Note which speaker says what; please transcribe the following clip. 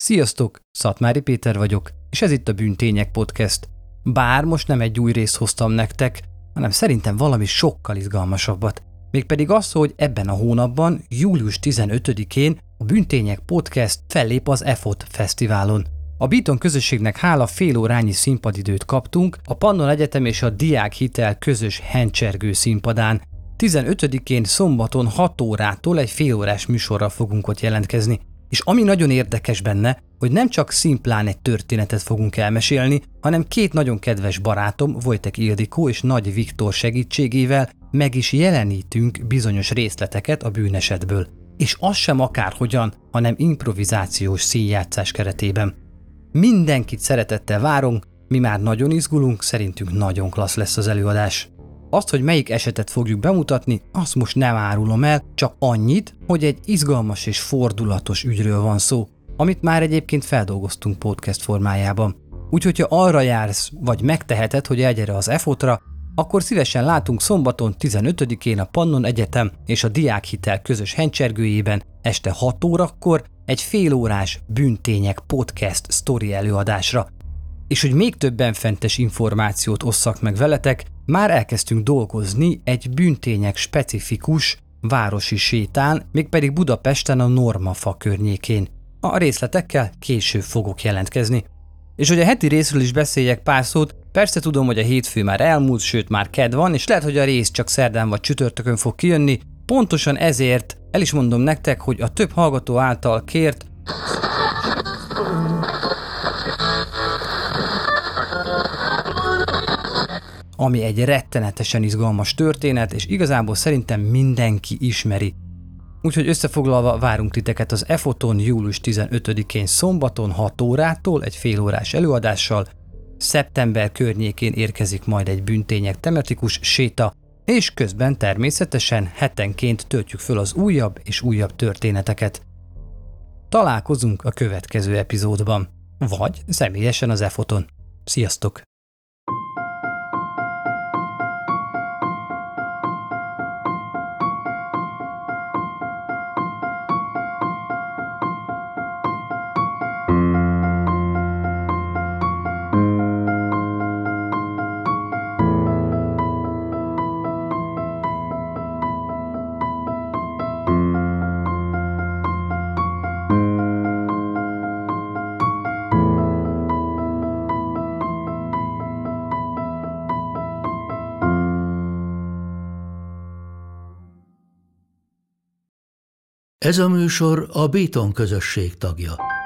Speaker 1: Sziasztok, Szatmári Péter vagyok, és ez itt a Bűntények Podcast. Bár most nem egy új részt hoztam nektek, hanem szerintem valami sokkal izgalmasabbat. Mégpedig az, hogy ebben a hónapban, július 15-én a Bűntények Podcast fellép az EFOT Fesztiválon. A Beaton közösségnek hála félórányi színpadidőt kaptunk a Pannon Egyetem és a Diákhitel közös hencsergő színpadán. 15-én szombaton 6 órától egy félórás műsorral fogunk ott jelentkezni. És ami nagyon érdekes benne, hogy nem csak szimplán egy történetet fogunk elmesélni, hanem két nagyon kedves barátom, Wojtek Ildikó és Nagy Viktor segítségével meg is jelenítünk bizonyos részleteket a bűnesetből. És az sem akárhogyan, hanem improvizációs színjátszás keretében. Mindenkit szeretettel várunk, mi már nagyon izgulunk, szerintünk nagyon klassz lesz az előadás. Azt, hogy melyik esetet fogjuk bemutatni, azt most nem árulom el, csak annyit, hogy egy izgalmas és fordulatos ügyről van szó, amit már egyébként feldolgoztunk podcast formájában. Úgyhogy ha arra jársz, vagy megteheted, hogy elgyere az EFOT-ra, akkor szívesen látunk szombaton 15-én a Pannon Egyetem és a Diákhitel közös hencsergőjében este 6 órakor egy félórás Bűntények Podcast sztori előadásra. És hogy még több benfentes információt osszak meg veletek, már elkezdtünk dolgozni egy bűntények specifikus városi sétán, mégpedig Budapesten a Normafa környékén. A részletekkel később fogok jelentkezni. És hogy a heti részről is beszéljek pár szót, persze tudom, hogy a hétfő már elmúlt, sőt már kedd van, és lehet, hogy a rész csak szerdán vagy csütörtökön fog kijönni, pontosan ezért el is mondom nektek, hogy a több hallgató által kért ami egy rettenetesen izgalmas történet, és igazából szerintem mindenki ismeri. Úgyhogy összefoglalva várunk titeket az EFOT-on július 15-én szombaton 6 órától egy félórás előadással, szeptember környékén érkezik majd egy bűntények tematikus séta, és közben természetesen hetenként töltjük föl az újabb és újabb történeteket. Találkozunk a következő epizódban, vagy személyesen az EFOT-on. Sziasztok!
Speaker 2: Ez a műsor a Beaton közösség tagja.